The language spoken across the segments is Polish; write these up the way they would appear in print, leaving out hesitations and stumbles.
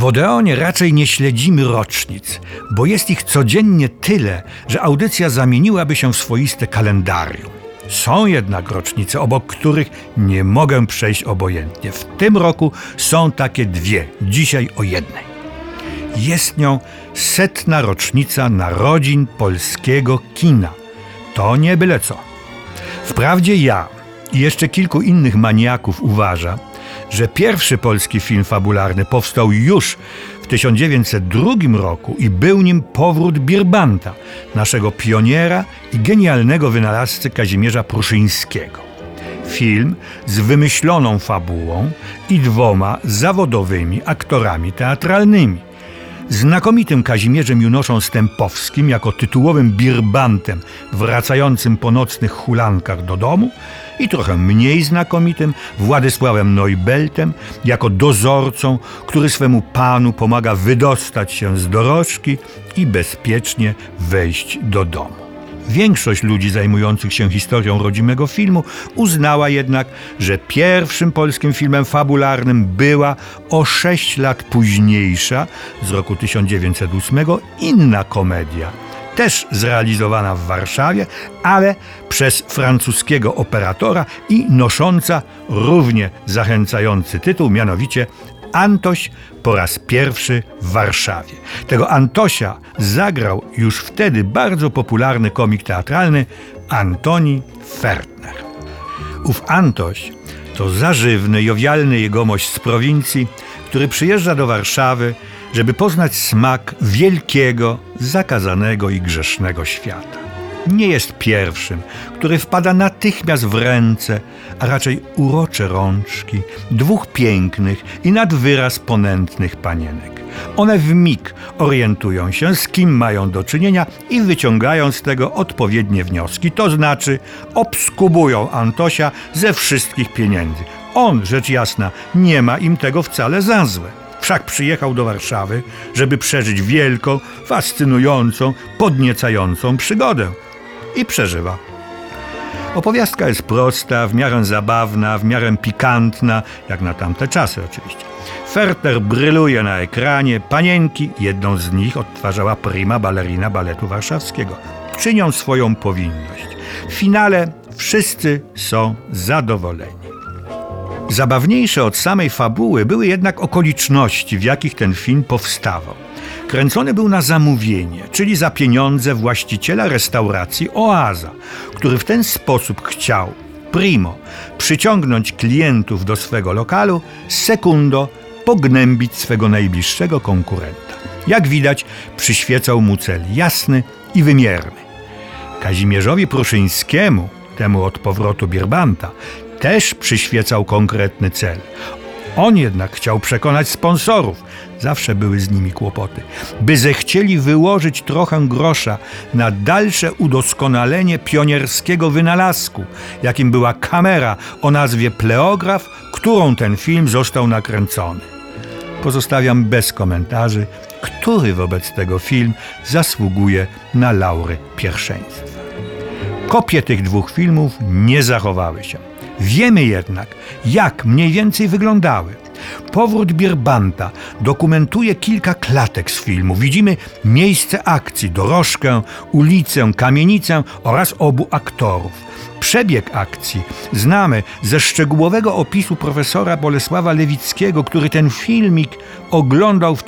Odeonie raczej nie śledzimy rocznic, bo jest ich codziennie tyle, że audycja zamieniłaby się w swoiste kalendarium. Są jednak rocznice, obok których nie mogę przejść obojętnie. W tym roku są takie dwie, dzisiaj o jednej. Jest nią 100. rocznica narodzin polskiego kina. To nie byle co. Wprawdzie ja i jeszcze kilku innych maniaków uważa, że pierwszy polski film fabularny powstał już w 1902 roku i był nim Powrót Birbanta, naszego pioniera i genialnego wynalazcy Kazimierza Pruszyńskiego. Film z wymyśloną fabułą i 2 zawodowymi aktorami teatralnymi. Znakomitym Kazimierzem Junoszą Stępowskim jako tytułowym birbantem wracającym po nocnych hulankach do domu i trochę mniej znakomitym Władysławem Neubeltem jako dozorcą, który swemu panu pomaga wydostać się z dorożki i bezpiecznie wejść do domu. Większość ludzi zajmujących się historią rodzimego filmu uznała jednak, że pierwszym polskim filmem fabularnym była o 6 lat późniejsza, z roku 1908, inna komedia, też zrealizowana w Warszawie, ale przez francuskiego operatora i nosząca równie zachęcający tytuł, mianowicie Antoś po raz pierwszy w Warszawie. Tego Antosia zagrał już wtedy bardzo popularny komik teatralny Antoni Fertner. Ów Antoś to zażywny, jowialny jegomość z prowincji, który przyjeżdża do Warszawy, żeby poznać smak wielkiego, zakazanego i grzesznego świata. Nie jest pierwszym, który wpada natychmiast w ręce, a raczej urocze rączki 2 pięknych i nad wyraz ponętnych panienek. One wmig orientują się, z kim mają do czynienia i wyciągają z tego odpowiednie wnioski, to znaczy obskubują Antosia ze wszystkich pieniędzy. On, rzecz jasna, nie ma im tego wcale za złe. Wszak przyjechał do Warszawy, żeby przeżyć wielką, fascynującą, podniecającą przygodę. I przeżywa. Opowiastka jest prosta, w miarę zabawna, w miarę pikantna, jak na tamte czasy oczywiście. Fertner bryluje na ekranie, panienki, jedną z nich odtwarzała prima ballerina baletu warszawskiego. Czynią swoją powinność. W finale wszyscy są zadowoleni. Zabawniejsze od samej fabuły były jednak okoliczności, w jakich ten film powstawał. Kręcony był na zamówienie, czyli za pieniądze właściciela restauracji Oaza, który w ten sposób chciał, primo, przyciągnąć klientów do swego lokalu, secundo, pognębić swego najbliższego konkurenta. Jak widać, przyświecał mu cel jasny i wymierny. Kazimierzowi Pruszyńskiemu, temu od Powrotu Birbanta, też przyświecał konkretny cel. On jednak chciał przekonać sponsorów, zawsze były z nimi kłopoty, by zechcieli wyłożyć trochę grosza na dalsze udoskonalenie pionierskiego wynalazku, jakim była kamera o nazwie pleograf, którą ten film został nakręcony. Pozostawiam bez komentarzy, który wobec tego film zasługuje na laury pierwszeństwa. Kopie tych 2 filmów nie zachowały się. Wiemy jednak, jak mniej więcej wyglądały. Powrót Birbanta dokumentuje kilka klatek z filmu. Widzimy miejsce akcji, dorożkę, ulicę, kamienicę oraz obu aktorów. Przebieg akcji znamy ze szczegółowego opisu profesora Bolesława Lewickiego, który ten filmik oglądał w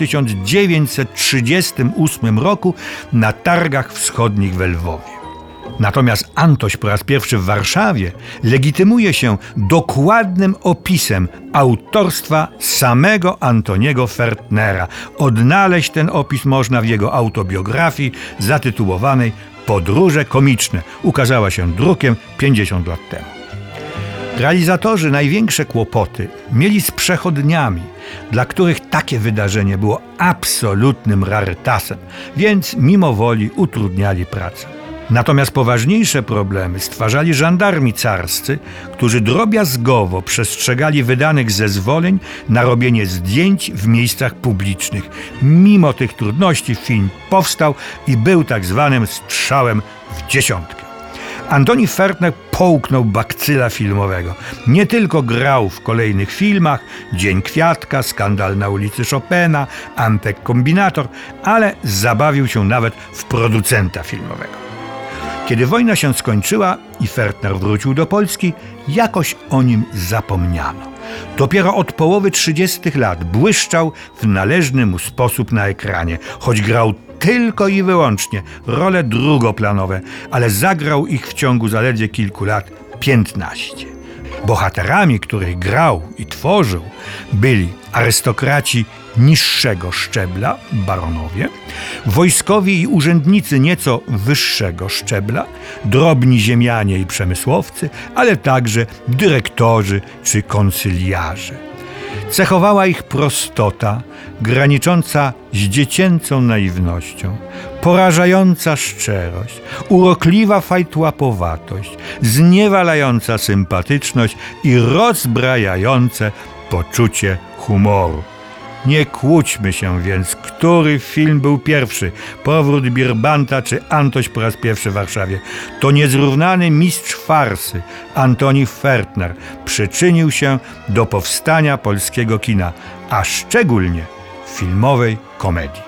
1938 roku na targach wschodnich w Lwowie. Natomiast Antoś po raz pierwszy w Warszawie legitymuje się dokładnym opisem autorstwa samego Antoniego Fertnera. Odnaleźć ten opis można w jego autobiografii zatytułowanej Podróże komiczne. Ukazała się drukiem 50 lat temu. Realizatorzy największe kłopoty mieli z przechodniami, dla których takie wydarzenie było absolutnym rarytasem, więc mimo woli utrudniali pracę. Natomiast poważniejsze problemy stwarzali żandarmi carscy, którzy drobiazgowo przestrzegali wydanych zezwoleń na robienie zdjęć w miejscach publicznych. Mimo tych trudności film powstał i był tak zwanym strzałem w dziesiątkę. Antoni Fertner połknął bakcyla filmowego. Nie tylko grał w kolejnych filmach, Dzień Kwiatka, Skandal na ulicy Chopina, Antek Kombinator, ale zabawił się nawet w producenta filmowego. Kiedy wojna się skończyła i Fertner wrócił do Polski, jakoś o nim zapomniano. Dopiero od połowy 30. lat błyszczał w należny mu sposób na ekranie, choć grał tylko i wyłącznie role drugoplanowe, ale zagrał ich w ciągu zaledwie kilku lat 15. Bohaterami, których grał i tworzył, byli arystokraci niższego szczebla, baronowie, wojskowi i urzędnicy nieco wyższego szczebla, drobni ziemianie i przemysłowcy, ale także dyrektorzy czy konsyliarze. Cechowała ich prostota, granicząca z dziecięcą naiwnością, porażająca szczerość, urokliwa fajtłapowatość, zniewalająca sympatyczność i rozbrajające poczucie humoru. Nie kłóćmy się więc, który film był pierwszy, Powrót Birbanta czy Antoś po raz pierwszy w Warszawie. To niezrównany mistrz farsy, Antoni Fertner, przyczynił się do powstania polskiego kina, a szczególnie filmowej komedii.